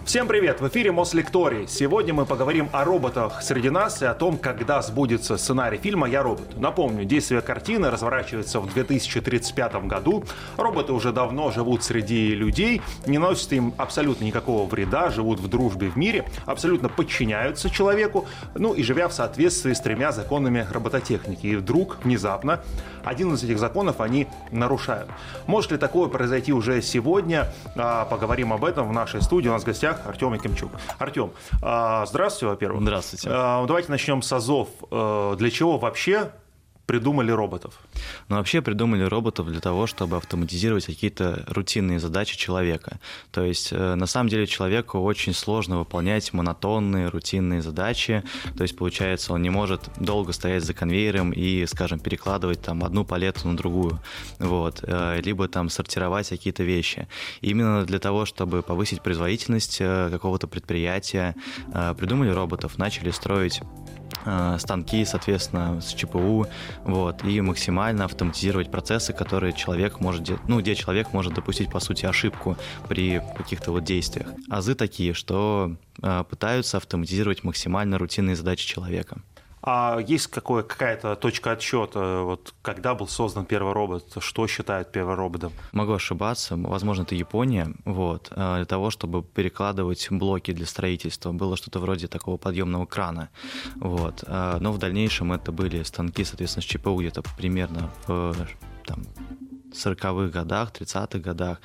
Всем привет! В эфире Мослекторий. Сегодня мы поговорим о роботах среди нас и о том, когда сбудется сценарий фильма «Я робот». Напомню, действие картины разворачивается в 2035 году. Роботы уже давно живут среди людей, не наносят им абсолютно никакого вреда, живут в дружбе в мире, абсолютно подчиняются человеку, и живя в соответствии с 3 законами робототехники. И вдруг, внезапно, один из этих законов они нарушают. Может ли такое произойти уже сегодня? Поговорим об этом в нашей студии. У нас в гостях Артем Якимчук. Артем, здравствуйте, во-первых. Здравствуйте. Давайте начнем с азов. Для чего вообще придумали роботов? Вообще придумали роботов для того, чтобы автоматизировать какие-то рутинные задачи человека. То есть, на самом деле, человеку очень сложно выполнять монотонные, рутинные задачи. То есть, получается, он не может долго стоять за конвейером и, скажем, перекладывать одну палету на другую. Либо сортировать какие-то вещи. И именно для того, чтобы повысить производительность какого-то предприятия, придумали роботов, начали строить станки, соответственно, с ЧПУ, и максимально автоматизировать процессы, которые человек может, где человек может допустить, по сути, ошибку при каких-то действиях. Азы такие, что пытаются автоматизировать максимально рутинные задачи человека. А есть какая-то точка отсчета, когда был создан первый робот, что считают первым роботом? Могу ошибаться, возможно, это Япония, для того, чтобы перекладывать блоки для строительства, было что-то вроде такого подъемного крана, но в дальнейшем это были станки, соответственно, с ЧПУ где-то примерно в 40-х годах, 30-х годах,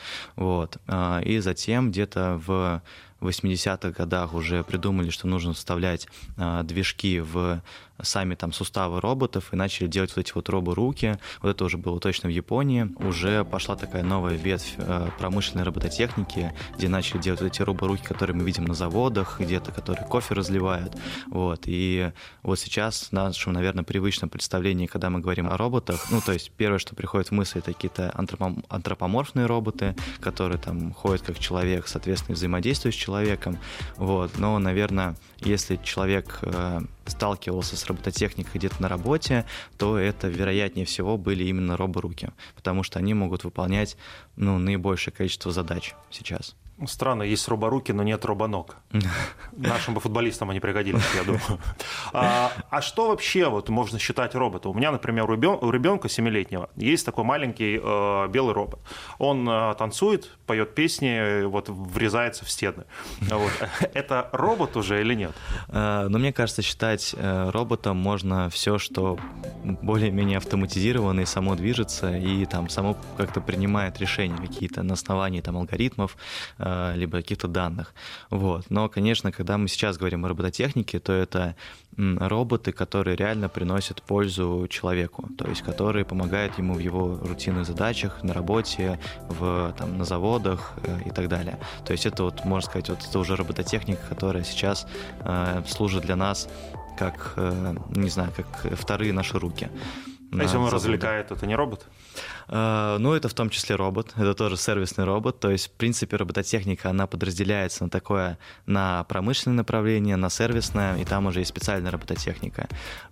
и затем где-то в 80-х годах уже придумали, что нужно вставлять движки в сами суставы роботов и начали делать эти роборуки. Это уже было точно в Японии. Уже пошла такая новая ветвь промышленной робототехники, где начали делать эти роборуки, которые мы видим на заводах, где-то, которые кофе разливают. И сейчас в нашем, наверное, привычном представлении, когда мы говорим о роботах, то есть первое, что приходит в мысль, это какие-то антропоморфные роботы, которые ходят как человек, соответственно, взаимодействуют с человеком. Но, наверное, если человек сталкивался с робототехникой где-то на работе, то это, вероятнее всего, были именно роборуки, потому что они могут выполнять наибольшее количество задач сейчас. Странно, есть роборуки, но нет робоног. Нашим бы футболистам они пригодились, я думаю. А что вообще можно считать роботом? У меня, например, у ребенка 7-летнего есть такой маленький белый робот. Он танцует, поет песни, врезается в стены. Это робот уже или нет? Но мне кажется, считать роботом можно все, что более-менее автоматизировано и само движется, и само как-то принимает решения какие-то на основании алгоритмов, либо каких-то данных. Но, конечно, когда мы сейчас говорим о робототехнике, то это роботы, которые реально приносят пользу человеку, то есть которые помогают ему в его рутинных задачах, на работе, на заводах и так далее. То есть это, можно сказать, это уже робототехника, которая сейчас служит для нас как, как вторые наши руки. А если он развлекает, это не робот? Это в том числе робот, это тоже сервисный робот, то есть, в принципе, робототехника, она подразделяется на промышленное направление, на сервисное, и там уже есть специальная робототехника,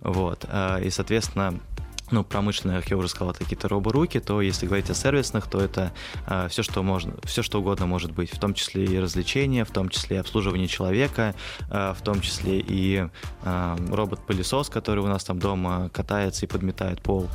и, соответственно, промышленные, как я уже сказал, это какие-то роборуки, то если говорить о сервисных, то это все, что угодно может быть, в том числе и развлечения, в том числе и обслуживание человека, в том числе и робот-пылесос, который у нас дома катается и подметает пол.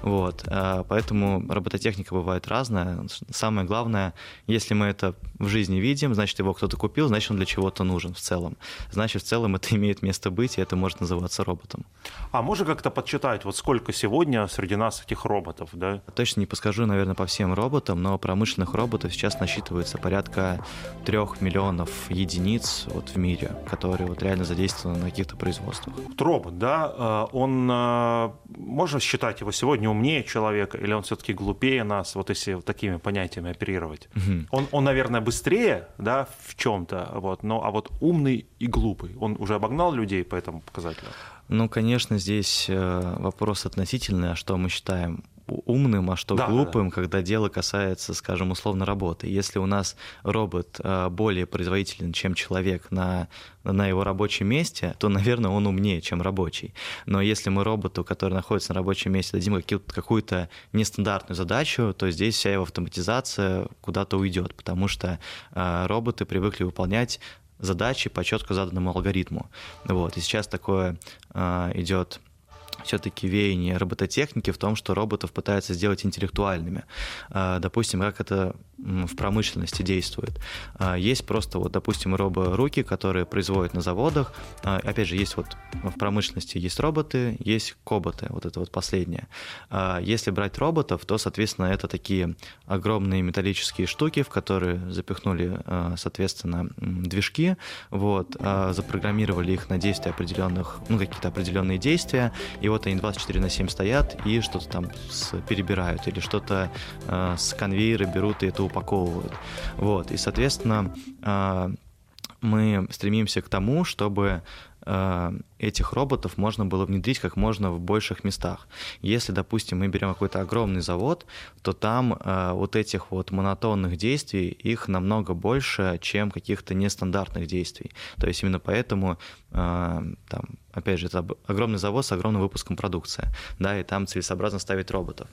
Поэтому робототехника бывает разная. Самое главное, если мы это в жизни видим, значит, его кто-то купил, значит, он для чего-то нужен в целом. Значит, в целом это имеет место быть, и это может называться роботом. А можно как-то подсчитать, сколько сегодня среди нас этих роботов, да? Точно не подскажу, наверное, по всем роботам, но промышленных роботов сейчас насчитывается порядка 3 миллионов единиц в мире, которые реально задействованы на каких-то производствах. Робот, да, он, можно считать его сегодня умнее человека, или он все-таки глупее нас, если такими понятиями оперировать? Угу. Он, наверное, быстрее, да, в чем-то, умный и глупый. Он уже обогнал людей по этому показателю? Конечно, здесь вопрос относительный, а что мы считаем умным, а что глупым, когда дело касается, скажем, условно работы. Если у нас робот более производителен, чем человек на его рабочем месте, то, наверное, он умнее, чем рабочий. Но если мы роботу, который находится на рабочем месте, дадим какую-то нестандартную задачу, то здесь вся его автоматизация куда-то уйдет, потому что роботы привыкли выполнять задачи по четко заданному алгоритму. Вот. И сейчас такое идет все-таки веяние робототехники в том, что роботов пытаются сделать интеллектуальными. Допустим, как это в промышленности действует. Есть просто, вот, допустим, роборуки, которые производят на заводах. Опять же, есть вот в промышленности есть роботы, есть коботы, вот это вот последнее. Если брать роботов, то, соответственно, это такие огромные металлические штуки, в которые запихнули, соответственно, движки, вот, запрограммировали их на действия определенных, ну, какие-то определенные действия, и вот они 24/7 стоят и что-то там перебирают, или что-то с конвейера берут и это упаковывают. Вот. И, соответственно, мы стремимся к тому, чтобы этих роботов можно было внедрить как можно в больших местах. Если, допустим, мы берем какой-то огромный завод, то там вот этих вот монотонных действий, их намного больше, чем каких-то нестандартных действий. То есть именно поэтому, там, опять же, это огромный завод с огромным выпуском продукции, да, и там целесообразно ставить роботов.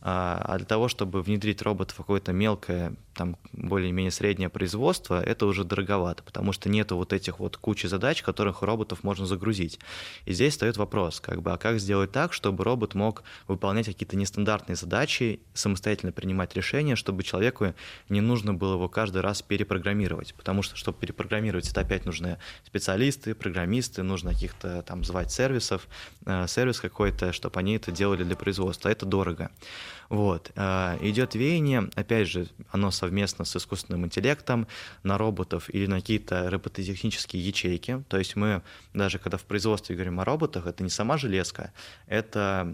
А для того, чтобы внедрить роботов в какое-то мелкое, там, более-менее среднее производство, это уже дороговато, потому что нету вот этих вот кучи задач, которых роботов можно загрузить. И здесь встает вопрос, как бы, а как сделать так, чтобы робот мог выполнять какие-то нестандартные задачи, самостоятельно принимать решения, чтобы человеку не нужно было его каждый раз перепрограммировать, потому что, чтобы перепрограммировать, это опять нужны специалисты, программисты, нужно каких-то там звать сервис какой-то, чтобы они это делали для производства, это дорого. Вот. Идет веяние, опять же, оно совместно с искусственным интеллектом на роботов или на какие-то робототехнические ячейки. То есть мы даже когда в производстве говорим о роботах, это не сама железка, это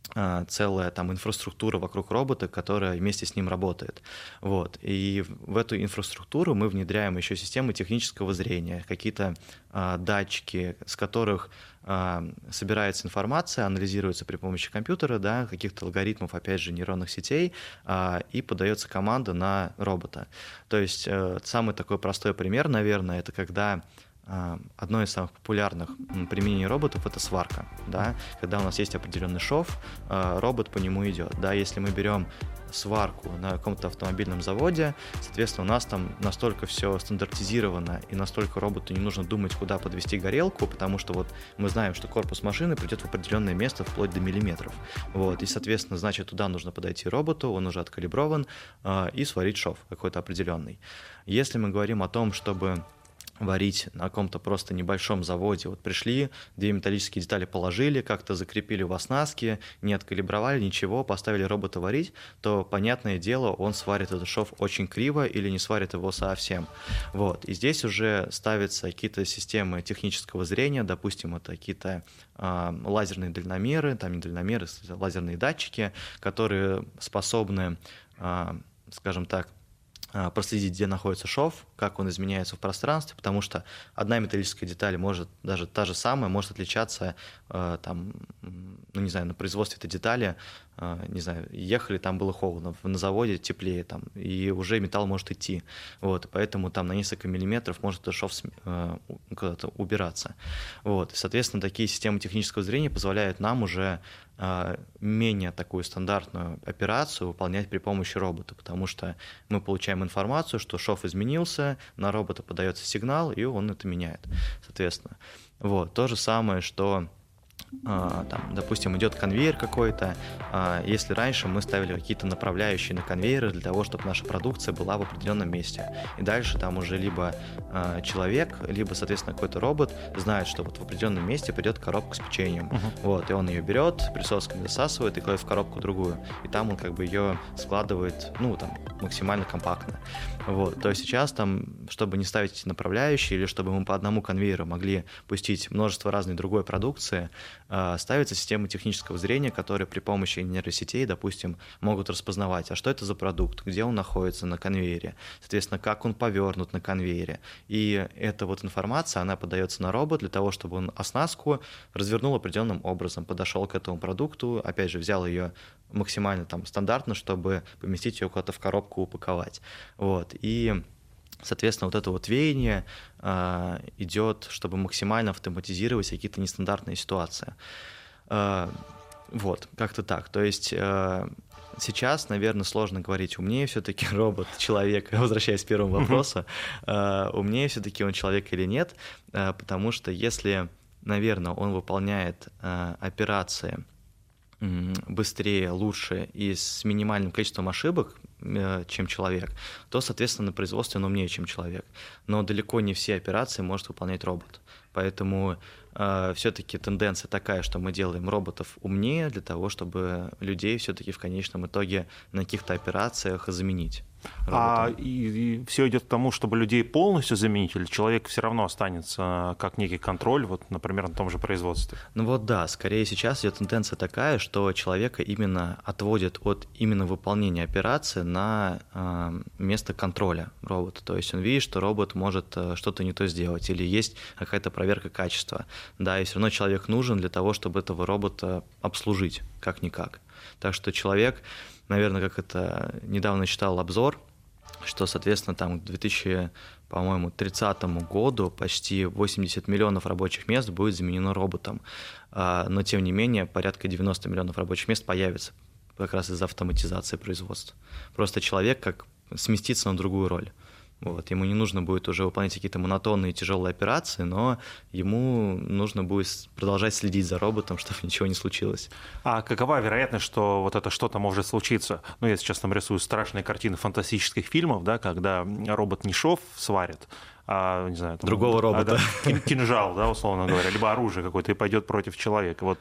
целая там инфраструктура вокруг робота, которая вместе с ним работает. Вот. И в эту инфраструктуру мы внедряем еще системы технического зрения, какие-то датчики, с которых собирается информация, анализируется при помощи компьютера, да, каких-то алгоритмов, опять же, нейронных сетей, и подается команда на робота. То есть самый такой простой пример, наверное, это когда одно из самых популярных применений роботов — это сварка. Да? Когда у нас есть определенный шов, робот по нему идет. Да? Если мы берем сварку на каком-то автомобильном заводе, соответственно, у нас там настолько все стандартизировано и настолько роботу не нужно думать, куда подвести горелку, потому что вот мы знаем, что корпус машины придет в определенное место вплоть до миллиметров. Вот. И, соответственно, значит, туда нужно подойти роботу, он уже откалиброван, и сварить шов какой-то определенный. Если мы говорим о том, чтобы варить на каком-то просто небольшом заводе. Вот пришли, две металлические детали положили, как-то закрепили в оснастке, не откалибровали, ничего, поставили робота варить, то, понятное дело, он сварит этот шов очень криво или не сварит его совсем. Вот. И здесь уже ставятся какие-то системы технического зрения, допустим, это какие-то лазерные дальномеры, там не дальномеры, лазерные датчики, которые способны, скажем так, проследить, где находится шов, как он изменяется в пространстве, потому что одна металлическая деталь может, даже та же самая, может отличаться, там, ну, не знаю, на производстве этой детали, не знаю, ехали, там было холодно, на заводе теплее, там, и уже металл может идти, вот, поэтому там на несколько миллиметров может этот шов куда-то убираться, вот, и, соответственно, такие системы технического зрения позволяют нам уже менее такую стандартную операцию выполнять при помощи робота, потому что мы получаем информацию, что шов изменился, на робота подается сигнал, и он это меняет, соответственно. Вот. То же самое, что там, допустим, идет конвейер какой-то, если раньше мы ставили какие-то направляющие на конвейеры для того, чтобы наша продукция была в определенном месте, и дальше там уже либо человек, либо, соответственно, какой-то робот знает, что вот в определенном месте придет коробка с печеньем, вот, и он ее берет, присосками засасывает и кладет в коробку другую, и там он как бы ее складывает, ну, там, максимально компактно. Вот, то есть сейчас там, чтобы не ставить эти направляющие, или чтобы мы по одному конвейеру могли пустить множество разной другой продукции, ставятся системы технического зрения, которые при помощи нейросетей, допустим, могут распознавать, а что это за продукт, где он находится на конвейере, соответственно, как он повернут на конвейере. И эта вот информация, она подается на робот для того, чтобы он оснастку развернул определенным образом, подошел к этому продукту, опять же, взял ее максимально там стандартно, чтобы поместить ее куда-то в коробку, упаковать. Вот. И соответственно, вот это вот веяние идет, чтобы максимально автоматизировать какие-то нестандартные ситуации. Вот, как-то так. То есть сейчас, наверное, сложно говорить, умнее все-таки робот, человек, возвращаясь к первому вопросу, умнее все-таки он человек или нет, потому что если, наверное, он выполняет операции быстрее, лучше и с минимальным количеством ошибок, чем человек, то, соответственно, на производстве он умнее, чем человек. Но далеко не все операции может выполнять робот. Поэтому все-таки тенденция такая, что мы делаем роботов умнее для того, чтобы людей все-таки в конечном итоге на каких-то операциях заменить. И все идет к тому, чтобы людей полностью заменить, или человек все равно останется как некий контроль, вот, например, на том же производстве? Ну вот да, скорее сейчас идет тенденция такая, что человека именно отводят от именно выполнения операции на место контроля робота. То есть он видит, что робот может что-то не то сделать, или есть какая-то проверка качества. Да, и все равно человек нужен для того, чтобы этого робота обслужить как-никак. Так что человек, наверное, как это недавно читал обзор, что, соответственно, там к 2030 году почти 80 миллионов рабочих мест будет заменено роботом. Но, тем не менее, порядка 90 миллионов рабочих мест появится как раз из-за автоматизации производства. Просто человек как сместится на другую роль. Вот. Ему не нужно будет уже выполнять какие-то монотонные тяжелые операции, но ему нужно будет продолжать следить за роботом, чтобы ничего не случилось. А какова вероятность, что вот это что-то может случиться? Ну, я сейчас там рисую страшные картины фантастических фильмов, да, когда робот не шов сварит, а, не знаю, там, другого робота. Кинжал, да, условно говоря, либо оружие какое-то, и пойдет против человека. Вот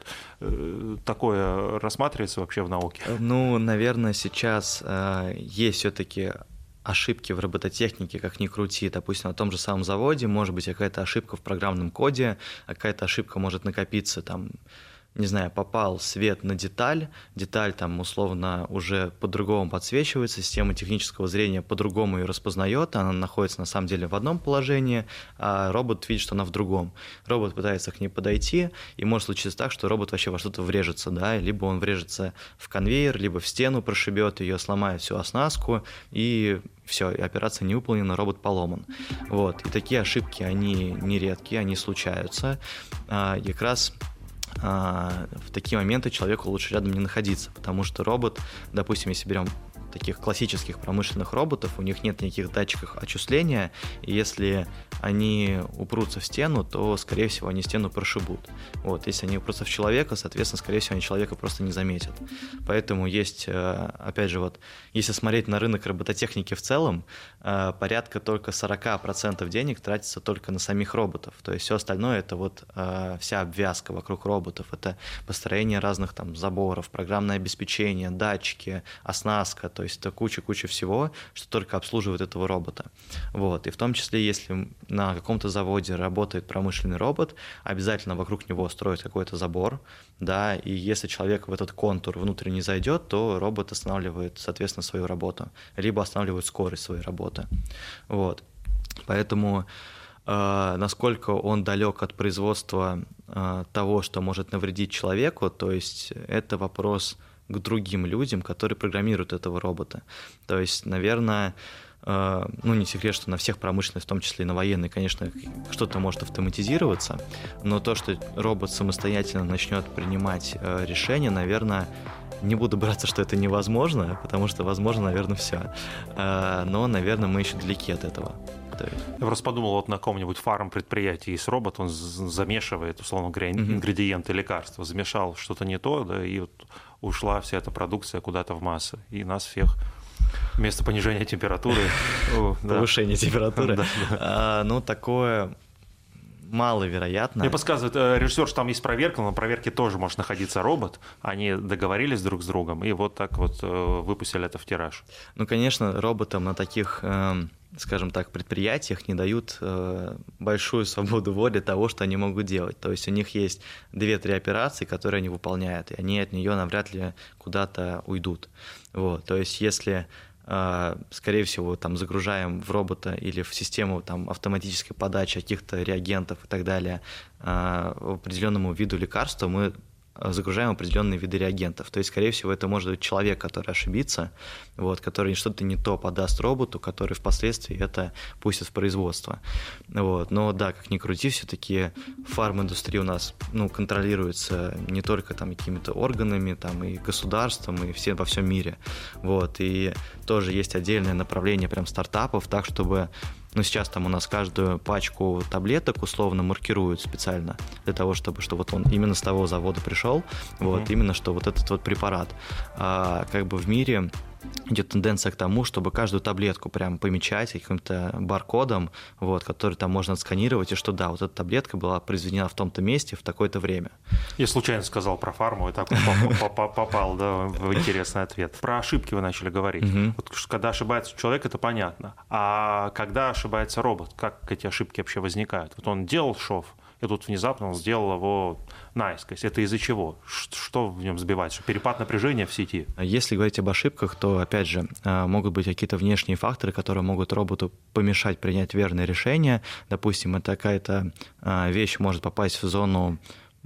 такое рассматривается вообще в науке? Ну, наверное, сейчас есть все-таки ошибки в робототехнике, как ни крути, допустим, на том же самом заводе может быть какая-то ошибка в программном коде, какая-то ошибка может накопиться, там, не знаю, попал свет на деталь там условно уже по-другому подсвечивается, система технического зрения по-другому ее распознает, она находится на самом деле в одном положении, а робот видит, что она в другом. Робот пытается к ней подойти, и может случиться так, что робот вообще во что-то врежется, да, либо он врежется в конвейер, либо в стену прошибет ее, сломает всю оснастку, и все, операция не выполнена, робот поломан. Вот. И такие ошибки, они нередкие, они случаются. И как раз в такие моменты человеку лучше рядом не находиться, потому что робот, допустим, если берем таких классических промышленных роботов, у них нет никаких датчиков очисления, и если они упрутся в стену, то, скорее всего, они стену прошибут. Вот. Если они упрутся в человека, соответственно, скорее всего, они человека просто не заметят. Поэтому есть, опять же, вот, если смотреть на рынок робототехники в целом, порядка только 40% денег тратится только на самих роботов. То есть все остальное — это вот вся обвязка вокруг роботов, это построение разных там заборов, программное обеспечение, датчики, оснастка, то есть это куча всего, что только обслуживает этого робота. Вот. И в том числе, если на каком-то заводе работает промышленный робот, обязательно вокруг него строят какой-то забор, да, и если человек в этот контур внутрь не зайдет, то робот останавливает, соответственно, свою работу, либо останавливает скорость своей работы. Вот. Поэтому насколько он далек от производства того, что может навредить человеку, то есть это вопрос к другим людям, которые программируют этого робота. То есть, наверное, не секрет, что на всех промышленных, в том числе и на военной, конечно, что-то может автоматизироваться, но то, что робот самостоятельно начнет принимать решения, наверное, не буду браться, что это невозможно, потому что возможно, наверное, все. Но, наверное, мы еще далеки от этого. Я просто подумал, вот на каком-нибудь фарм-предприятии есть робот, он замешивает, условно говоря, ингредиенты лекарства, замешал что-то не то, да, и вот ушла вся эта продукция куда-то в массы, и нас всех вместо понижения температуры... Повышение температуры. Такое маловероятно. Мне подсказывает режиссер, что там есть проверка, но на проверке тоже может находиться робот. Они договорились друг с другом и вот так вот выпустили это в тираж. Конечно, роботам на таких, скажем так, предприятиях не дают большую свободу воли того, что они могут делать. То есть у них есть 2-3 операции, которые они выполняют, и они от нее навряд ли куда-то уйдут. Вот. То есть если скорее всего, там, загружаем в робота или в систему там, автоматической подачи каких-то реагентов и так далее определенному виду лекарства, мы загружаем определенные виды реагентов. То есть, скорее всего, это может быть человек, который ошибится, вот, который что-то не то подаст роботу, который впоследствии это пустит в производство. Вот. Но да, как ни крути, все-таки фарм-индустрия у нас контролируется не только там какими-то органами, там, и государством, и во всем мире. Вот. И тоже есть отдельное направление прям стартапов, так, чтобы сейчас там у нас каждую пачку таблеток условно маркируют специально для того, чтобы вот он именно с того завода пришел, вот, именно что вот этот вот препарат. Как бы в мире идет тенденция к тому, чтобы каждую таблетку прям помечать каким-то баркодом, вот, который там можно отсканировать, и что да, вот эта таблетка была произведена в том-то месте в такое-то время. Я случайно сказал про фарму, и так попал в интересный ответ. Про ошибки вы начали говорить. Вот, когда ошибается человек, это понятно. А когда ошибается робот, как эти ошибки вообще возникают? Вот он делал шов, и тут внезапно он сделал его наискось. Это из-за чего? Что в нем сбивается? Перепад напряжения в сети? Если говорить об ошибках, то, опять же, могут быть какие-то внешние факторы, которые могут роботу помешать принять верное решение. Допустим, это какая-то вещь может попасть в зону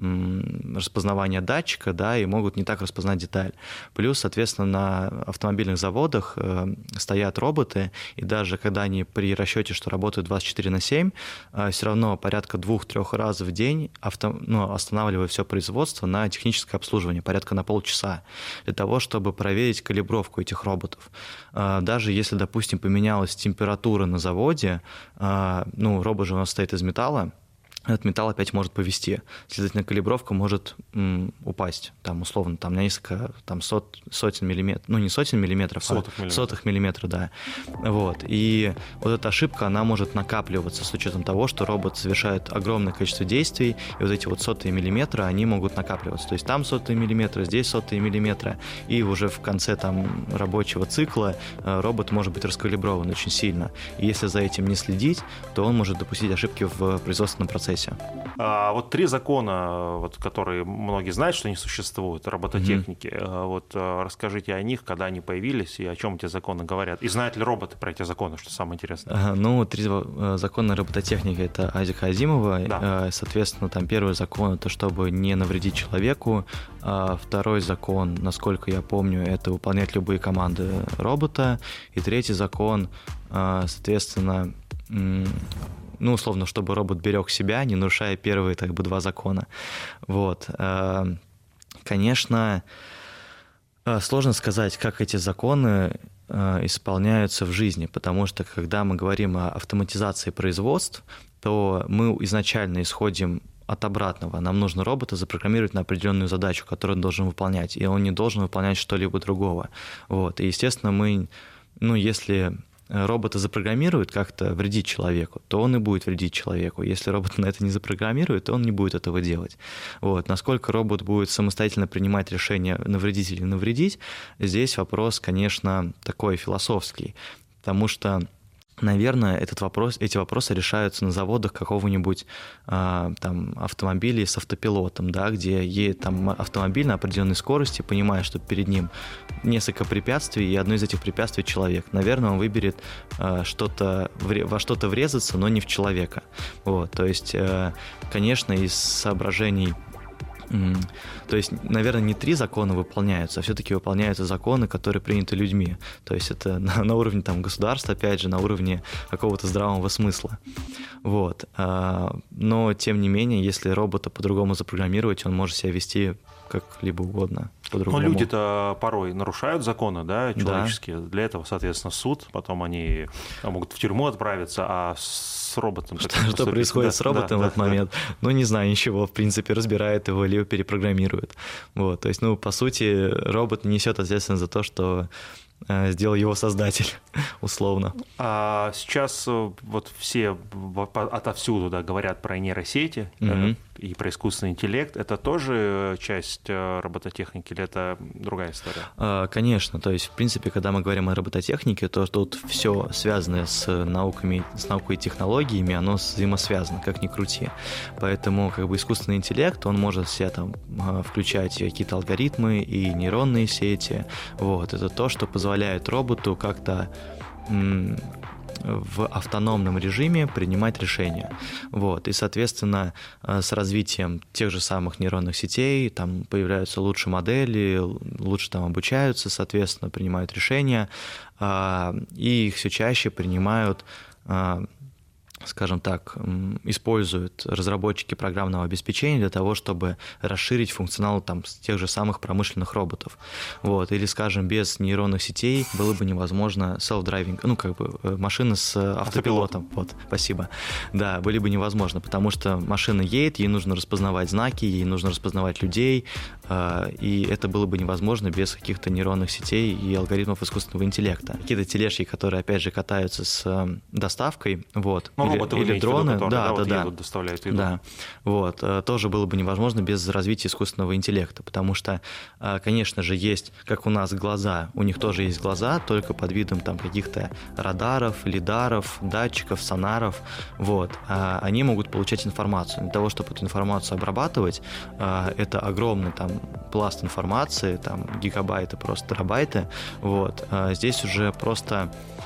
распознавания датчика, да, и могут не так распознать деталь. Плюс, соответственно, на автомобильных заводах стоят роботы, и даже когда они при расчете, что работают 24/7, все равно порядка 2-3 раз в день останавливают все производство на техническое обслуживание, порядка на полчаса, для того, чтобы проверить калибровку этих роботов. Даже если, допустим, поменялась температура на заводе, робот же у нас состоит из металла, этот металл опять может повести. Следовательно, калибровка может упасть, там, условно, там, на несколько сотен миллиметров, не сотен миллиметров, сотых миллиметров, да. Вот. И вот эта ошибка, она может накапливаться с учетом того, что робот совершает огромное количество действий, и вот эти вот сотые миллиметра, они могут накапливаться. То есть там сотые миллиметры, здесь сотые миллиметра, и уже в конце там рабочего цикла робот может быть раскалиброван очень сильно. И если за этим не следить, то он может допустить ошибки в производственном процессе. Вот 3 закона, которые многие знают, что они существуют, робототехники. Расскажите о них, когда они появились и о чем эти законы говорят. И знают ли роботы про эти законы, что самое интересное? 3 закона робототехники — это Айзека Азимова. Да. Соответственно, там первый закон — это чтобы не навредить человеку. Второй закон, насколько я помню, это выполнять любые команды робота. И третий закон, соответственно, условно, чтобы робот берег себя, не нарушая первые 2 закона. Вот. Конечно, сложно сказать, как эти законы исполняются в жизни, потому что, когда мы говорим о автоматизации производств, то мы изначально исходим от обратного. Нам нужно робота запрограммировать на определенную задачу, которую он должен выполнять, и он не должен выполнять что-либо другого. Вот. И, естественно, если робота запрограммируют как-то вредить человеку, то он и будет вредить человеку. Если робот на это не запрограммирует, то он не будет этого делать. Вот. Насколько робот будет самостоятельно принимать решение, навредить или не навредить, здесь вопрос, конечно, такой философский, потому что, наверное, эти вопросы решаются на заводах какого-нибудь автомобиля с автопилотом, да, где едет там автомобиль на определенной скорости, понимая, что перед ним несколько препятствий, и одно из этих препятствий — человек. Наверное, он выберет во что-то врезаться, но не в человека. Вот, то есть, конечно, из соображений. То есть, наверное, не 3 закона выполняются, а все-таки выполняются законы, которые приняты людьми. То есть это на уровне государства, опять же, на уровне какого-то здравого смысла. Вот. Но, тем не менее, если робота по-другому запрограммировать, он может себя вести как-либо угодно. По-другому. Но люди-то порой нарушают законы, да, человеческие. Да. Для этого, соответственно, суд, потом они могут в тюрьму отправиться, а с роботом... Что происходит с роботом в этот момент? Не знаю, ничего, в принципе, разбирает его, либо перепрограммирует. Вот, то есть, по сути, робот несет ответственность за то, что сделал его создатель, условно. А сейчас все отовсюду говорят про нейросети и про искусственный интеллект. Это тоже часть робототехники или это другая история? Конечно. То есть, в принципе, когда мы говорим о робототехнике, то тут все связанное с наукой и технологиями, оно взаимосвязано, как ни крути. Поэтому искусственный интеллект, он может в себя включать какие-то алгоритмы и нейронные сети. Вот. Это то, что позволяет роботу как-то в автономном режиме принимать решения. Вот. И, соответственно, с развитием тех же самых нейронных сетей там появляются лучшие модели, лучше там обучаются, соответственно, принимают решения, и их все чаще принимают, скажем так, используют разработчики программного обеспечения для того, чтобы расширить функционал там тех же самых промышленных роботов. Вот. Или, скажем, без нейронных сетей было бы невозможно self-driving, машины с автопилотом. Вот, спасибо. Да, были бы невозможно, потому что машина едет, ей нужно распознавать знаки, ей нужно распознавать людей, и это было бы невозможно без каких-то нейронных сетей и алгоритмов искусственного интеллекта. Какие-то тележки, которые, опять же, катаются с доставкой, вот, или дроны, едут, доставляют еду. Да, вот, тоже было бы невозможно без развития искусственного интеллекта, потому что, конечно же, есть, как у нас глаза, у них тоже есть глаза, только под видом там каких-то радаров, лидаров, датчиков, сонаров, вот, они могут получать информацию. Для того, чтобы эту информацию обрабатывать, это огромный там пласт информации, там гигабайты, просто терабайты, вот, здесь уже просто,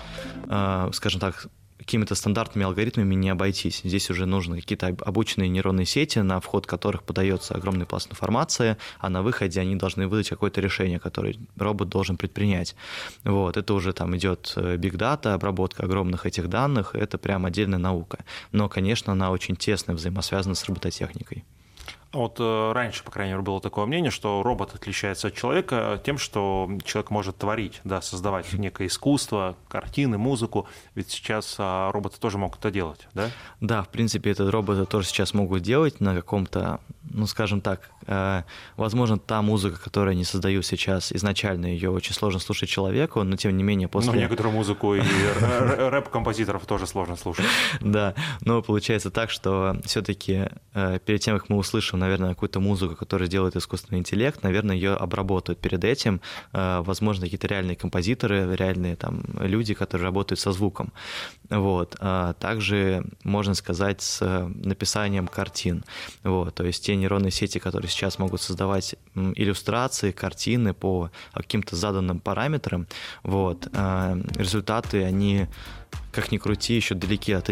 скажем так, какими-то стандартными алгоритмами не обойтись. Здесь уже нужны какие-то обученные нейронные сети, на вход которых подается огромный пласт информации, а на выходе они должны выдать какое-то решение, которое робот должен предпринять. Вот. Это уже там идет big data, обработка огромных этих данных, это прям отдельная наука. Но, конечно, она очень тесно взаимосвязана с робототехникой. Вот раньше, по крайней мере, было такое мнение, что робот отличается от человека тем, что человек может творить, да, создавать некое искусство, картины, музыку. Ведь сейчас роботы тоже могут это делать, да? Да, в принципе, это роботы тоже сейчас могут делать на каком-то, скажем так, возможно, та музыка, которую они создают сейчас, изначально ее очень сложно слушать человеку, но тем не менее после... Ну, некоторую музыку и рэп-композиторов тоже сложно слушать. Да, но получается так, что все-таки перед тем, как мы услышим, наверное, какую-то музыку, которую делает искусственный интеллект, наверное, ее обработают перед этим, возможно, какие-то реальные композиторы, реальные там люди, которые работают со звуком. Вот. Также можно сказать с написанием картин. Вот. То есть те нейронные сети, которые сейчас могут создавать иллюстрации, картины по каким-то заданным параметрам, вот, результаты, они, как ни крути, еще далеки от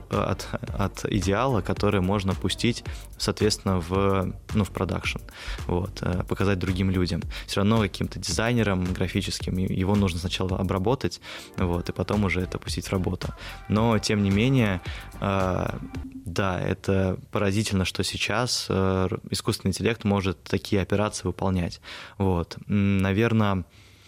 идеала, который можно пустить, соответственно, в продакшн, вот, показать другим людям. Все равно каким-то дизайнерам графическим его нужно сначала обработать, вот, и потом уже это пустить в работу. Но, тем не менее, да, это поразительно, что сейчас искусственный интеллект может такие операции выполнять. Вот. Наверное,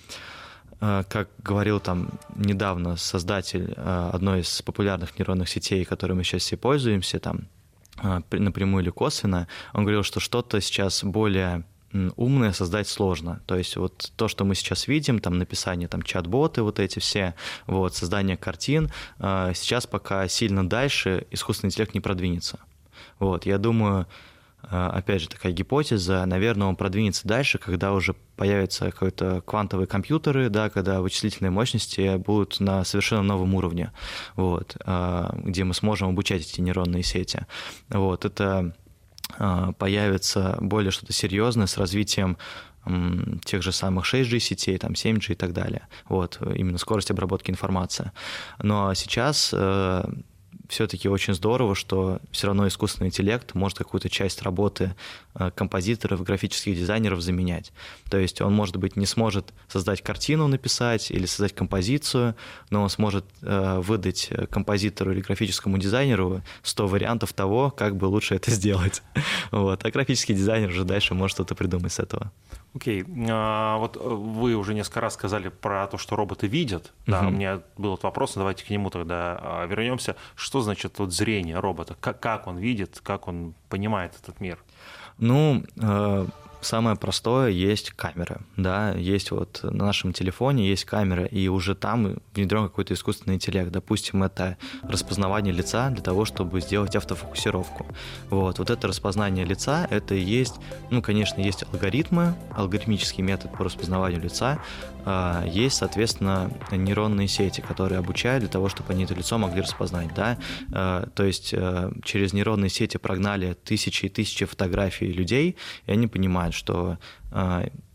как говорил там недавно создатель одной из популярных нейронных сетей, которой мы сейчас все пользуемся, там, напрямую или косвенно, он говорил, что что-то сейчас более умное создать сложно. То есть вот то, что мы сейчас видим, там написание, там чат-боты, вот эти все, вот, создание картин, сейчас пока сильно дальше искусственный интеллект не продвинется. Вот, я думаю, опять же, такая гипотеза, наверное, он продвинется дальше, когда уже появятся какие-то квантовые компьютеры, да, когда вычислительные мощности будут на совершенно новом уровне, вот, где мы сможем обучать эти нейронные сети. Вот, это появится более что-то серьезное с развитием тех же самых 6G сетей, там 7G и так далее. Вот, именно скорость обработки информации. Но сейчас все-таки очень здорово, что все равно искусственный интеллект может какую-то часть работы композиторов, графических дизайнеров заменять. То есть он, может быть, не сможет создать картину, написать или создать композицию, но он сможет выдать композитору или графическому дизайнеру 100 вариантов того, как бы лучше это сделать. Вот. А графический дизайнер уже дальше может что-то придумать с этого. Окей. Вот вы уже несколько раз сказали про то, что роботы видят. Да, у меня был этот вопрос, давайте к нему тогда вернемся. Что значит вот зрение робота? Как он видит, как он понимает этот мир? Ну, самое простое, есть камера, да, есть вот на нашем телефоне есть камера, и уже там внедрен какой-то искусственный интеллект. Допустим, это распознавание лица для того, чтобы сделать автофокусировку. Вот это распознание лица, это и есть, ну, конечно, есть алгоритмы, алгоритмический метод по распознаванию лица, есть, соответственно, нейронные сети, которые обучают для того, чтобы они это лицо могли распознать, да, то есть через нейронные сети прогнали тысячи и тысячи фотографий людей, и они понимают, что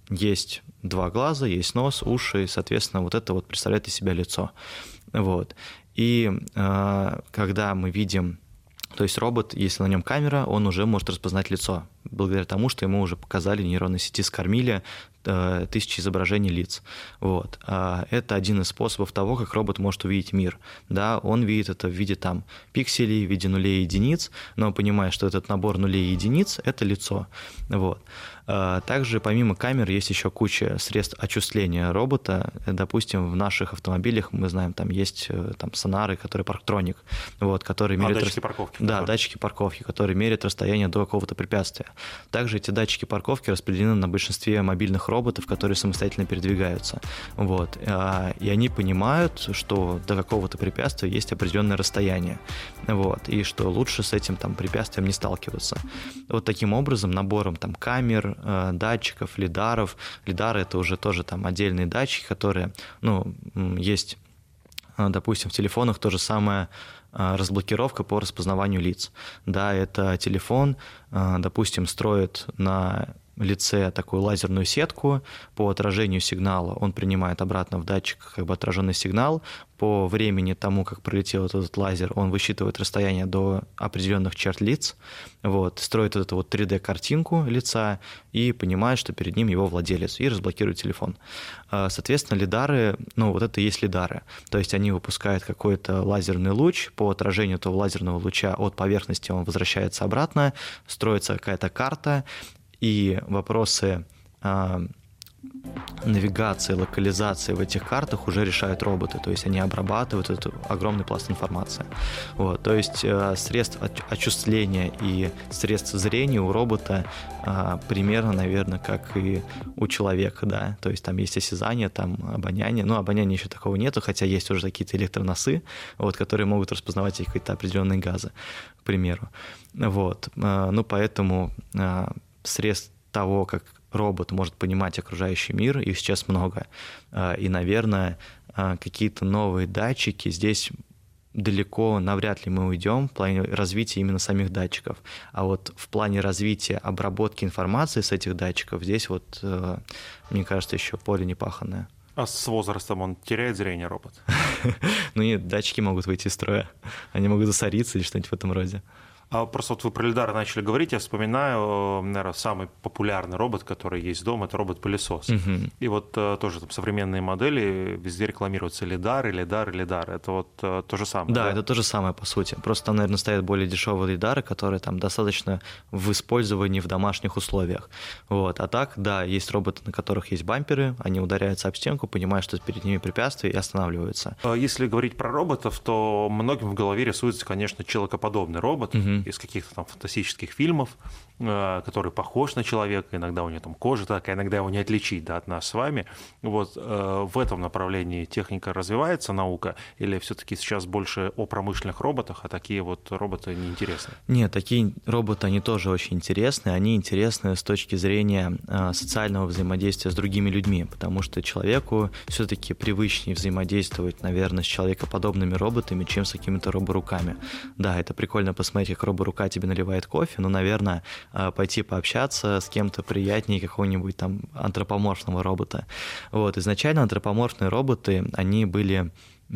есть два глаза, есть нос, уши, и, соответственно, вот это вот представляет из себя лицо. Вот. И когда мы видим, то есть робот, если на нем камера, он уже может распознать лицо, благодаря тому, что ему уже показали, нейронные сети скормили тысячи изображений лиц. Вот. Это один из способов того, как робот может увидеть мир. Да, он видит это в виде там пикселей, в виде нулей и единиц, но понимая, что этот набор нулей и единиц — это лицо. Вот. Также помимо камер есть еще куча средств очувствления робота. Допустим, в наших автомобилях мы знаем, там есть там сонары, которые парктроник, вот, которые меряют датчики парковки. Да, датчики парковки, которые меряют расстояние до какого-то препятствия. Также эти датчики парковки распределены на большинстве мобильных роботов, которые самостоятельно передвигаются. Вот. И они понимают, что до какого-то препятствия есть определенное расстояние. Вот. И что лучше с этим там препятствием не сталкиваться. Вот таким образом, набором там камер, датчиков, лидаров. Лидары — это уже тоже там отдельные датчики, которые, есть, допустим, в телефонах то же самое разблокировка по распознаванию лиц. Да, это телефон, допустим, строит на лице такую лазерную сетку по отражению сигнала. Он принимает обратно в датчик как бы отраженный сигнал. По времени тому, как пролетел этот лазер, он высчитывает расстояние до определенных черт лиц, вот, строит эту вот 3D-картинку лица и понимает, что перед ним его владелец, и разблокирует телефон. Соответственно, лидары, вот это и есть лидары. То есть они выпускают какой-то лазерный луч, по отражению этого лазерного луча от поверхности он возвращается обратно, строится какая-то карта, и вопросы навигации, локализации в этих картах уже решают роботы, то есть они обрабатывают этот огромный пласт информации. Вот, то есть средств очувствления и средств зрения у робота примерно, наверное, как и у человека, да, то есть там есть осязание, там обоняние, обоняния еще такого нету, хотя есть уже какие-то электроносы, вот, которые могут распознавать какие-то определенные газы, к примеру. Вот, поэтому средств того, как робот может понимать окружающий мир, их сейчас много. И, наверное, какие-то новые датчики здесь далеко навряд ли мы уйдем в плане развития именно самих датчиков. А вот в плане развития обработки информации с этих датчиков здесь вот, мне кажется, еще поле не паханное. А с возрастом он теряет зрение, робот? Нет, датчики могут выйти из строя. Они могут засориться или что-нибудь в этом роде. А просто вот вы про лидары начали говорить, я вспоминаю, наверное, самый популярный робот, который есть дома, это робот-пылесос. Угу. И вот тоже там современные модели, везде рекламируются лидары. Это вот то же самое. Да, это то же самое, по сути. Просто там, наверное, стоят более дешевые лидары, которые там достаточно в использовании в домашних условиях. Вот. А так, да, есть роботы, на которых есть бамперы, они ударяются об стенку, понимают, что перед ними препятствие, и останавливаются. Если говорить про роботов, то многим в голове рисуется, конечно, человекоподобный робот. Угу. Из каких-то там фантастических фильмов, который похож на человека, иногда у него там кожа такая, иногда его не отличить, да, от нас с вами. Вот в этом направлении техника развивается, наука, или все-таки сейчас больше о промышленных роботах, а такие вот роботы неинтересны? Нет, такие роботы, они тоже очень интересны, они интересны с точки зрения социального взаимодействия с другими людьми, потому что человеку все-таки привычнее взаимодействовать, наверное, с человекоподобными роботами, чем с какими-то роборуками. Да, это прикольно посмотреть, как роборука тебе наливает кофе, но, наверное, пойти пообщаться с кем-то приятнее какого-нибудь там антропоморфного робота. Вот, изначально антропоморфные роботы, они были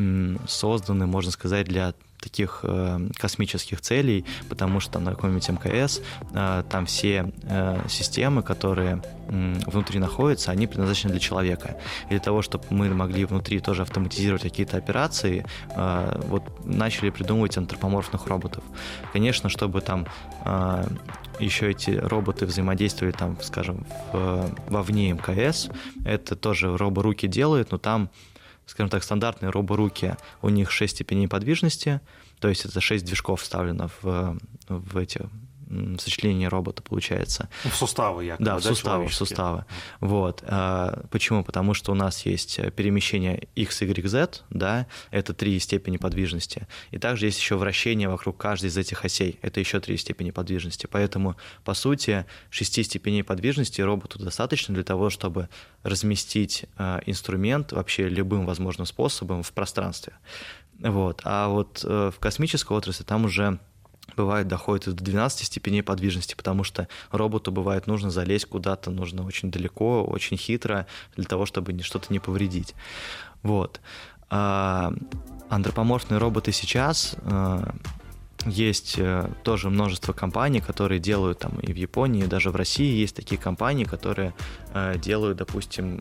созданы, можно сказать, для таких космических целей, потому что на каком-нибудь МКС там все системы, которые внутри находятся, они предназначены для человека. И для того, чтобы мы могли внутри тоже автоматизировать какие-то операции, вот начали придумывать антропоморфных роботов. Конечно, чтобы там еще эти роботы взаимодействовали там, скажем, вовне МКС, это тоже роборуки делают, но там, скажем так, стандартные роборуки, у них 6 степеней подвижности, то есть это 6 движков вставлено в эти сочленение робота получается. В суставы, якобы, да? В суставы. Вот. Почему? Потому что у нас есть перемещение X, Y, Z, да, это 3 степени подвижности, и также есть еще вращение вокруг каждой из этих осей, это еще 3 степени подвижности, поэтому, по сути, 6 степеней подвижности роботу достаточно для того, чтобы разместить инструмент вообще любым возможным способом в пространстве. Вот. А вот в космической отрасли там уже бывает, доходит до 12 степеней подвижности, потому что роботу бывает нужно залезть куда-то, нужно очень далеко, очень хитро для того, чтобы что-то не повредить. Вот. А антропоморфные роботы сейчас... Есть тоже множество компаний, которые делают там и в Японии, и даже в России есть такие компании, которые делают, допустим,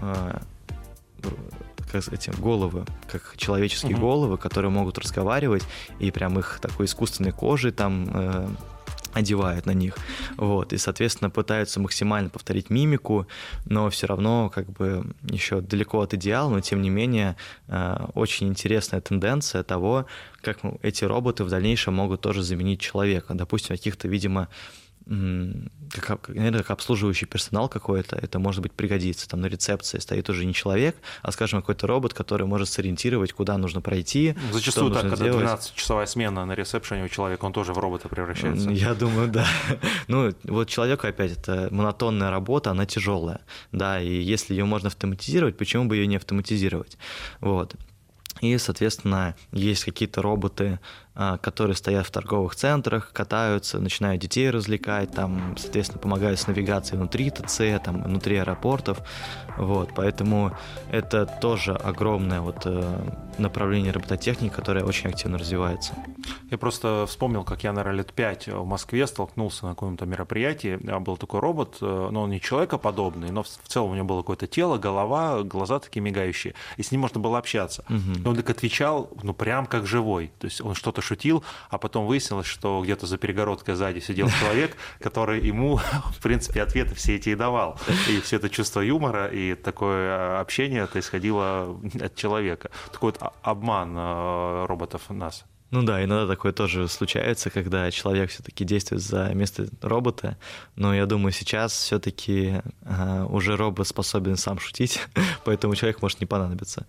эти головы, как человеческие головы, которые могут разговаривать, и прям их такой искусственной кожей там одевают на них, вот, и, соответственно, пытаются максимально повторить мимику, но все равно как бы еще далеко от идеала, но тем не менее очень интересная тенденция того, как эти роботы в дальнейшем могут тоже заменить человека, допустим, каких-то, видимо, наверное, как обслуживающий персонал какой-то, это, может быть, пригодится. Там на рецепции стоит уже не человек, а, скажем, какой-то робот, который может сориентировать, куда нужно пройти. Зачастую так, когда 12-часовая смена на ресепшене у человека, он тоже в робота превращается. Я думаю, да. Ну, вот человеку, опять, это монотонная работа, она тяжелая, да, и если ее можно автоматизировать, почему бы ее не автоматизировать? Вот. И, соответственно, есть какие-то роботы, которые стоят в торговых центрах, катаются, начинают детей развлекать, там, соответственно, помогают с навигацией внутри ТЦ, там, внутри аэропортов. Вот, поэтому это тоже огромное вот направление робототехники, которое очень активно развивается. Я просто вспомнил, как я, наверное, лет 5 в Москве столкнулся на каком-то мероприятии. Был такой робот, но он не человекоподобный, но в целом у него было какое-то тело, голова, глаза такие мигающие, и с ним можно было общаться. И он так отвечал, ну, прям как живой. То есть он что-то шутил, а потом выяснилось, что где-то за перегородкой сзади сидел человек, который ему, в принципе, ответы все эти и давал. И все это чувство юмора и такое общение, это исходило от человека. Такой вот обман роботов нас. Ну да, иногда такое тоже случается, когда человек все-таки действует за место робота, но я думаю, сейчас все-таки уже робот способен сам шутить, поэтому человек может не понадобиться.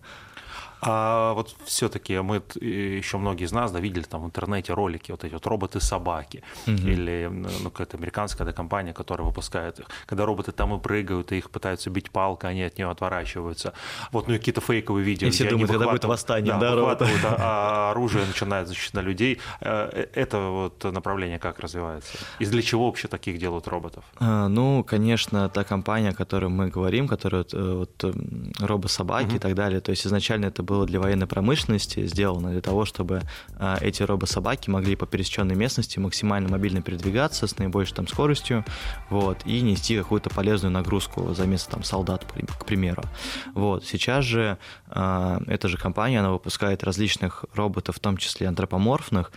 А вот все-таки мы еще многие из нас видели там в интернете ролики, вот эти вот роботы-собаки, или какая-то американская компания, которая выпускает их, когда роботы там и прыгают, и их пытаются бить палкой, они от нее отворачиваются. Вот, ну и какие-то фейковые видео. И все думают, когда будет восстание, да, выхватывают оружие, начинают защищать на людей. Это вот направление как развивается? И для чего вообще таких делают роботов? Ну, конечно, та компания, о которой мы говорим, которая вот робособаки и так далее, то есть изначально это было для военной промышленности сделано для того, чтобы эти робособаки могли по пересеченной местности максимально мобильно передвигаться с наибольшей там скоростью, вот, и нести какую-то полезную нагрузку за место там солдат, к примеру. Вот. Сейчас же эта же компания, она выпускает различных роботов, в том числе антропоморфных.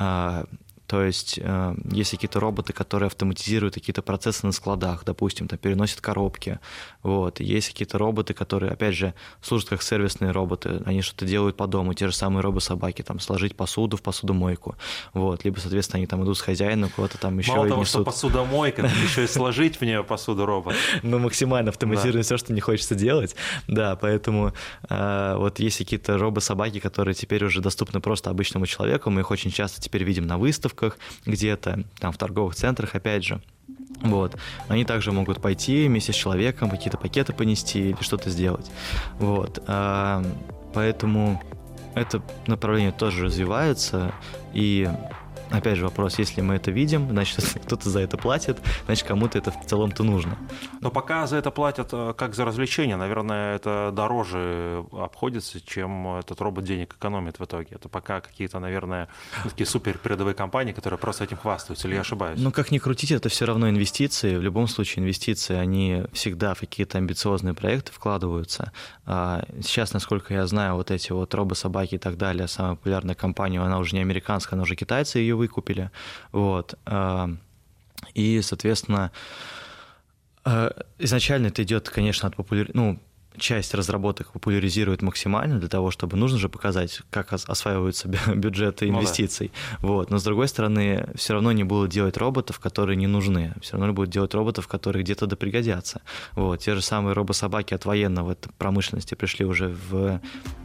То есть есть какие-то роботы, которые автоматизируют какие-то процессы на складах, допустим, там, переносят коробки. Вот. Есть какие-то роботы, которые, опять же, служат как сервисные роботы. Они что-то делают по дому, те же самые робособаки, там, сложить посуду в посудомойку. Вот. Либо, соответственно, они там идут с хозяином, кого-то там еще мало и того, несут. что посудомойка, так еще и сложить в нее посуду робот. Ну, максимально автоматизирует все, что не хочется делать. Да, поэтому вот есть какие-то робособаки, которые теперь уже доступны просто обычному человеку. Мы их очень часто теперь видим на выставках, где-то там в торговых центрах, опять же. Вот. Они также могут пойти вместе с человеком, какие-то пакеты понести или что-то сделать. Вот. Поэтому это направление тоже развивается, и опять же вопрос, если мы это видим, значит, кто-то за это платит, значит, кому-то это в целом-то нужно. Но пока за это платят как за развлечение, наверное, это дороже обходится, чем этот робот денег экономит в итоге. Это пока какие-то, наверное, такие супер передовые компании, которые просто этим хвастаются, или я ошибаюсь? Ну, как ни крутить, это все равно инвестиции. В любом случае инвестиции, они всегда в какие-то амбициозные проекты вкладываются. Сейчас, насколько я знаю, вот эти вот робособаки и так далее, самая популярная компания, она уже не американская, она уже китайцы ее выкупили. Вот. И, соответственно, изначально это идет, конечно, от часть разработок популяризирует максимально для того, чтобы нужно же показать, как осваиваются бюджеты инвестиций. Вот. Но, с другой стороны, все равно не будут делать роботов, которые не нужны. Все равно будут делать роботов, которые где-то да пригодятся. Вот. Те же самые робособаки от военного промышленности пришли уже в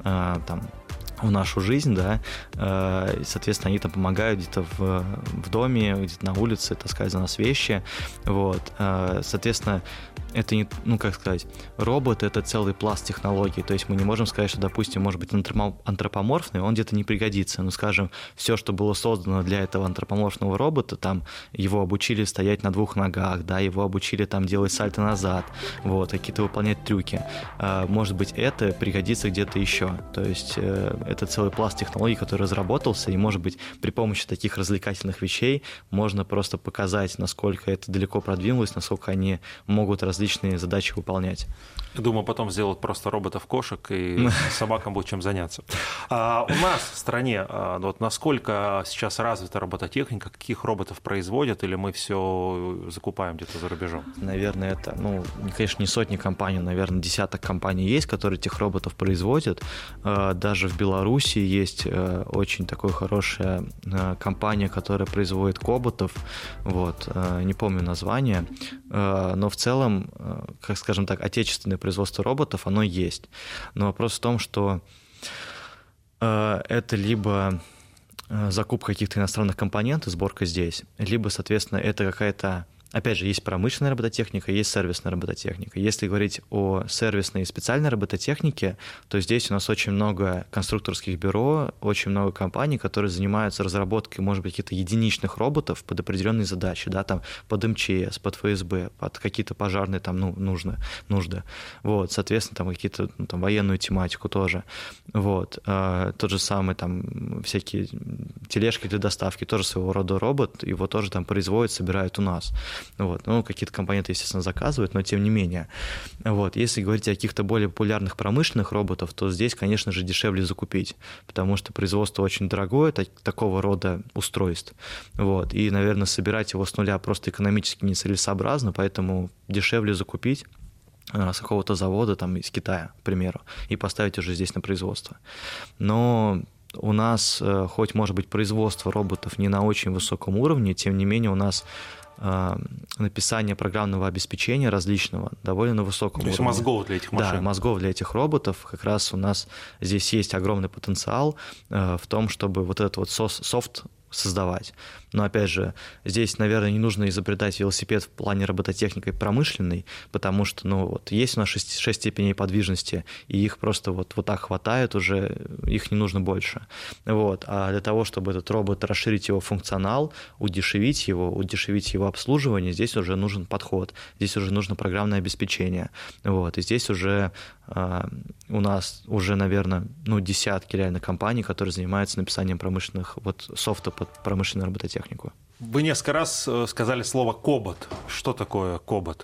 нашу жизнь, да, и, соответственно, они там помогают где-то в доме, где-то на улице таскать за нас вещи, вот, соответственно, это не, ну, как сказать, робот — это целый пласт технологий, то есть мы не можем сказать, что, допустим, может быть антропоморфный, он где-то не пригодится, ну, скажем, все, что было создано для этого антропоморфного робота, там, его обучили стоять на 2 ногах, да, его обучили там делать сальто назад, вот, какие-то выполнять трюки, может быть, это пригодится где-то еще, то есть это целый пласт технологий, который разработался, и, может быть, при помощи таких развлекательных вещей можно просто показать, насколько это далеко продвинулось, насколько они могут различные задачи выполнять. Я думаю, потом сделают просто роботов-кошек, и собакам будет чем заняться. У нас в стране вот насколько сейчас развита робототехника, каких роботов производят, или мы все закупаем где-то за рубежом? Наверное, это, ну, конечно, не сотни компаний, наверное, десяток компаний есть, которые этих роботов производят. Даже в Беларуси есть очень такая хорошая компания, которая производит коботов, вот, не помню название, но в целом, как скажем так, отечественное производство роботов, оно есть. Но вопрос в том, что это либо закупка каких-то иностранных компонентов, сборка здесь, либо, соответственно, это какая-то... Опять же, есть промышленная робототехника, есть сервисная робототехника. Если говорить о сервисной и специальной робототехнике, то здесь у нас очень много конструкторских бюро, очень много компаний, которые занимаются разработкой, может быть, каких-то единичных роботов под определенные задачи, да, там, под МЧС, под ФСБ, под какие-то пожарные там, ну, нужды. Вот, соответственно, там какие-то, ну, там, военную тематику тоже. Вот. Тот же самый, там, всякие тележки для доставки, тоже своего рода робот, его тоже там производят, собирают у нас. Вот. Ну, какие-то компоненты, естественно, заказывают, но тем не менее. Вот. Если говорить о каких-то более популярных промышленных роботах, то здесь, конечно же, дешевле закупить, потому что производство очень дорогое такого рода устройств. Вот. И, наверное, собирать его с нуля просто экономически нецелесообразно, поэтому дешевле закупить с какого-то завода, там, из Китая, к примеру, и поставить уже здесь на производство. Но у нас, хоть, может быть, производство роботов не на очень высоком уровне, тем не менее у нас написание программного обеспечения различного довольно высокого уровня. То есть мозгов для этих машин. Да, мозгов для этих роботов. Как раз у нас здесь есть огромный потенциал в том, чтобы вот этот вот софт создавать. Но, опять же, здесь, наверное, не нужно изобретать велосипед в плане робототехники промышленной, потому что, ну, вот, есть у нас 6 степеней подвижности, и их просто вот так хватает уже, их не нужно больше. Вот. А для того, чтобы этот робот расширить его функционал, удешевить его обслуживание, здесь уже нужен подход, здесь уже нужно программное обеспечение. Вот. И здесь уже у нас уже, наверное, ну, десятки реально компаний, которые занимаются написанием промышленных вот софта под промышленную робототехнику. Вы несколько раз сказали слово «кобот». Что такое кобот?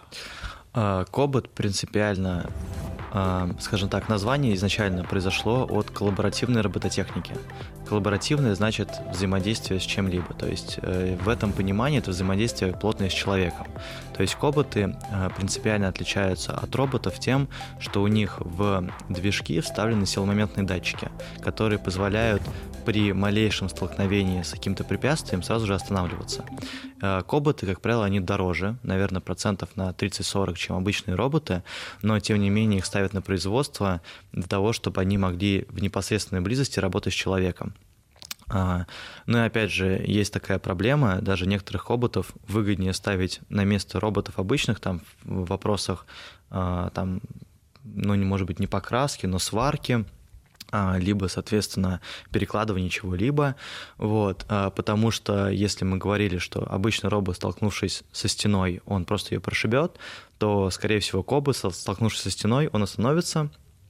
Кобот принципиально, скажем так, название изначально произошло от коллаборативной робототехники. Коллаборативное значит взаимодействие с чем-либо, то есть в этом понимании это взаимодействие плотное с человеком. То есть коботы принципиально отличаются от роботов тем, что у них в движки вставлены силомоментные датчики, которые позволяют при малейшем столкновении с каким-то препятствием сразу же останавливаться. Коботы, как правило, они дороже, наверное, процентов на 30-40, чем обычные роботы, но тем не менее их ставят на производство для того, чтобы они могли в непосредственной близости работать с человеком. Ну и опять же, есть такая проблема, даже некоторых роботов выгоднее ставить на место роботов обычных, там в вопросах, там, ну, может быть, не покраски, но сварки, либо, соответственно, перекладывание чего-либо, вот, потому что если мы говорили, что обычный робот, столкнувшись со стеной, он просто ее прошибет, то, скорее всего, кобот, столкнувшись со стеной, он остановится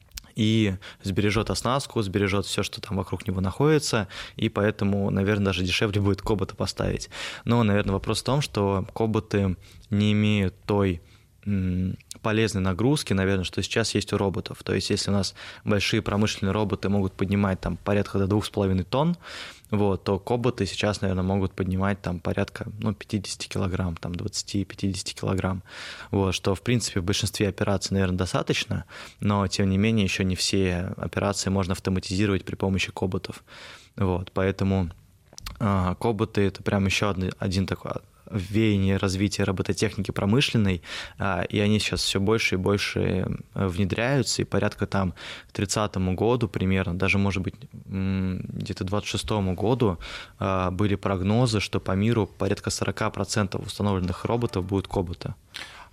и сбережет оснастку, сбережет все, что там вокруг него находится, и поэтому, наверное, даже дешевле будет кобота поставить. Но, наверное, вопрос в том, что коботы не имеют той полезной нагрузки, наверное, что сейчас есть у роботов. То есть если у нас большие промышленные роботы могут поднимать там порядка до 2,5 тонн, вот, то коботы сейчас, наверное, могут поднимать там порядка 50 килограмм, там 20-50 килограмм. Вот, что, в принципе, в большинстве операций, наверное, достаточно, но, тем не менее, еще не все операции можно автоматизировать при помощи коботов. Вот, поэтому коботы — это прям еще один такой веяние развития робототехники промышленной, и они сейчас все больше и больше внедряются, и порядка там к 30-му году примерно, даже, может быть, где-то к 26-му году были прогнозы, что по миру порядка 40% установленных роботов будут коботы.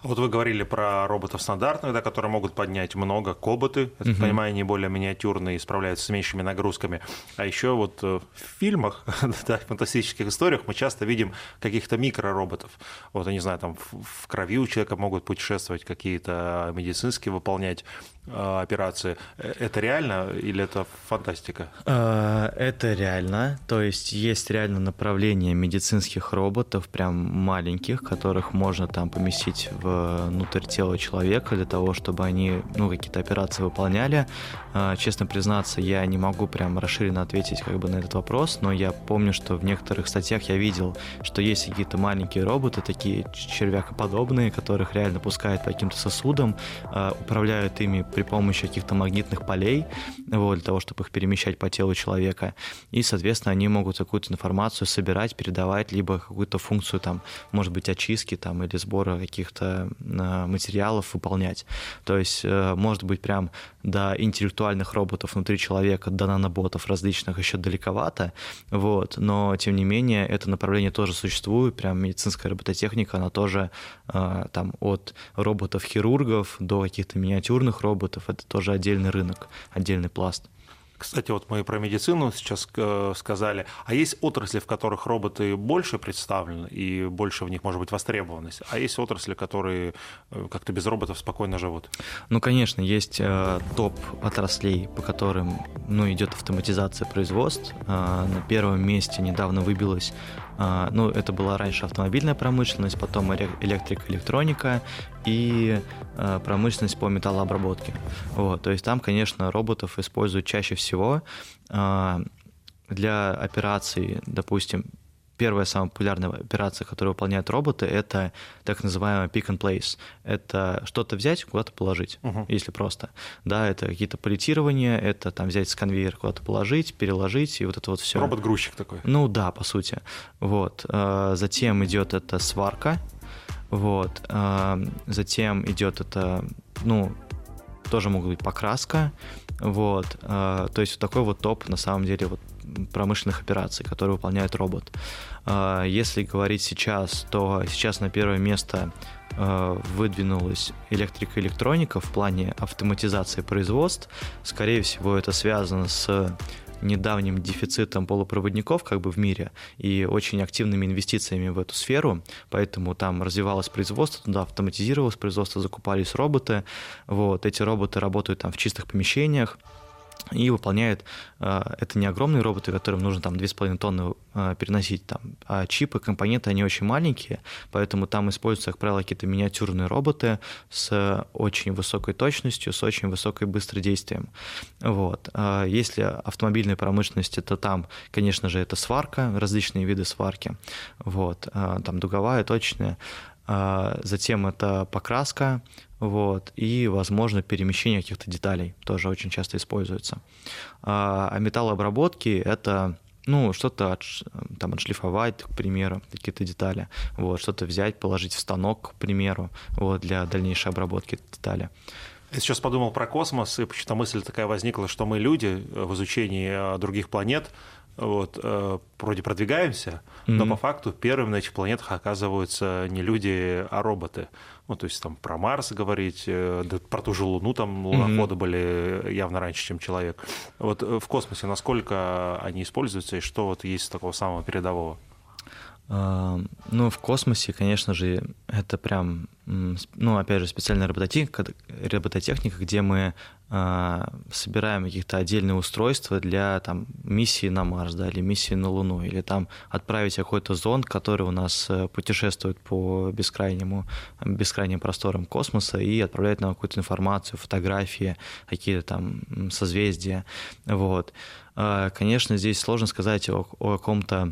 Вот вы говорили про роботов стандартных, да, которые могут поднять много, коботы, я так понимаю, они более миниатюрные и справляются с меньшими нагрузками. А еще вот в фильмах, да, в фантастических историях мы часто видим каких-то микророботов. Вот, я не знаю, там в крови у человека могут путешествовать, какие-то медицинские выполнять операции. Это реально или это фантастика? Это реально. То есть реально направление медицинских роботов, прям маленьких, которых можно там поместить внутрь тела человека для того, чтобы они какие-то операции выполняли. Честно признаться, я не могу прям расширенно ответить как бы на этот вопрос, но я помню, что в некоторых статьях я видел, что есть какие-то маленькие роботы, такие червякоподобные, которых реально пускают по каким-то сосудам, управляют ими при помощи каких-то магнитных полей, вот, для того, чтобы их перемещать по телу человека. И, соответственно, они могут какую-то информацию собирать, передавать, либо какую-то функцию, там, может быть, очистки там, или сбора каких-то материалов выполнять. То есть, может быть, прям до интеллектуальных роботов внутри человека, до наноботов различных еще далековато, вот, но, тем не менее, это направление тоже существует, прям медицинская робототехника, она тоже там от роботов-хирургов до каких-то миниатюрных роботов, это тоже отдельный рынок, отдельный пласт. Кстати, вот мы про медицину сейчас сказали. А есть отрасли, в которых роботы больше представлены и больше в них может быть востребованность? А есть отрасли, которые как-то без роботов спокойно живут? Ну, конечно, есть топ отраслей, по которым идет автоматизация производств. На первом месте недавно выбилась, это была раньше автомобильная промышленность, потом электрика, электроника и промышленность по металлообработке. Вот, то есть там, конечно, роботов используют чаще всего для операций, допустим, первая самая популярная операция, которую выполняют роботы, это так называемый pick and place. Это что-то взять, куда-то положить, если просто. Да, это какие-то паллетирования, это там взять с конвейера, куда-то положить, переложить, и вот это вот все. Робот-грузчик такой. Ну да, по сути. Вот. Затем идет это сварка. Вот. Затем идет это, тоже могут быть покраска. Вот. То есть вот такой вот топ, на самом деле, вот промышленных операций, которые выполняет робот. Если говорить сейчас, то сейчас на первое место выдвинулась электрика и электроника в плане автоматизации производств. Скорее всего, это связано с недавним дефицитом полупроводников как бы в мире и очень активными инвестициями в эту сферу, поэтому там развивалось производство, туда автоматизировалось производство, закупались роботы. Вот, эти роботы работают там в чистых помещениях и выполняют, это не огромные роботы, которым нужно там 2,5 тонны переносить, там, а чипы, компоненты, они очень маленькие, поэтому там используются, как правило, какие-то миниатюрные роботы с очень высокой точностью, с очень высокой быстродействием. Вот. Если автомобильная промышленность, то там, конечно же, это сварка, различные виды сварки, вот, там дуговая, точная, затем это покраска, вот, и, возможно, перемещение каких-то деталей тоже очень часто используется. А металлообработки — это что-то там отшлифовать, к примеру, какие-то детали, вот, что-то взять, положить в станок, к примеру, вот, для дальнейшей обработки детали. Я сейчас подумал про космос, и почему-то мысль такая возникла, что мы, люди, в изучении других планет, вот, вроде продвигаемся, но по факту первыми на этих планетах оказываются не люди, а роботы. То есть там про Марс говорить, да, про ту же Луну, там луноходы были явно раньше, чем человек. Вот в космосе насколько они используются и что вот есть такого самого передового? В космосе, конечно же, это прям, опять же, специальная робототехника, где мы собираем каких-то отдельные устройства для там миссии на Марс, да, или миссии на Луну, или там отправить какой-то зонд, который у нас путешествует по бескрайним просторам космоса и отправляет нам какую-то информацию, фотографии, какие-то там созвездия. Вот. Конечно, здесь сложно сказать о каком-то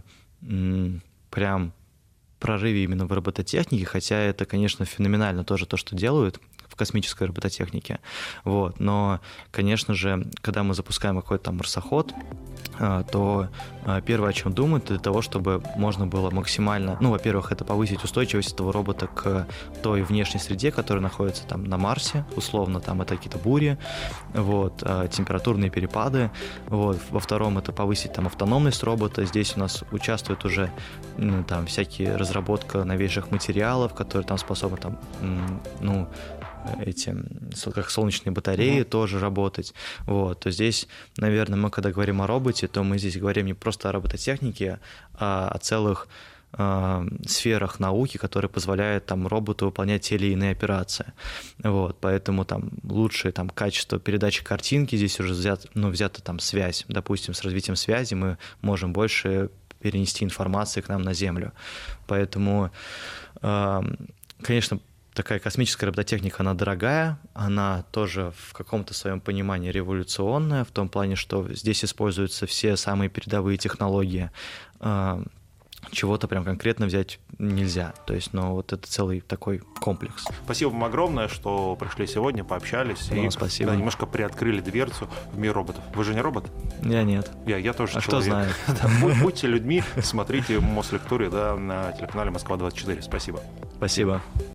прям прорыве именно в робототехнике, хотя это, конечно, феноменально тоже то, что делают в космической робототехнике. Вот. Но, конечно же, когда мы запускаем какой-то там марсоход, то первое, о чем думают, для того, чтобы можно было максимально, ну, во-первых, это повысить устойчивость этого робота к той внешней среде, которая находится там на Марсе, условно, там это какие-то бури, вот, температурные перепады, вот. Во-втором, это повысить там автономность робота. Здесь у нас участвует уже там всякие разработка новейших материалов, которые там способны там, ну, эти, как солнечные батареи, тоже работать. Вот. То здесь, наверное, мы, когда говорим о роботе, то мы здесь говорим не просто о робототехнике, а о целых сферах науки, которые позволяют там роботу выполнять те или иные операции. Вот, поэтому там лучшее там качество передачи картинки, здесь уже взята там связь. Допустим, с развитием связи мы можем больше перенести информацию к нам на Землю. Поэтому, конечно, такая космическая робототехника, она дорогая, она тоже в каком-то своем понимании революционная, в том плане, что здесь используются все самые передовые технологии. Чего-то прям конкретно взять нельзя. То есть, ну, вот это целый такой комплекс. Спасибо вам огромное, что пришли сегодня, пообщались. Спасибо. Да, немножко приоткрыли дверцу в мир роботов. Вы же не робот? Я нет. Я тоже человек. Кто знает. Будьте людьми, смотрите Мослекторию, да, на телеканале Москва-24. Спасибо. Спасибо.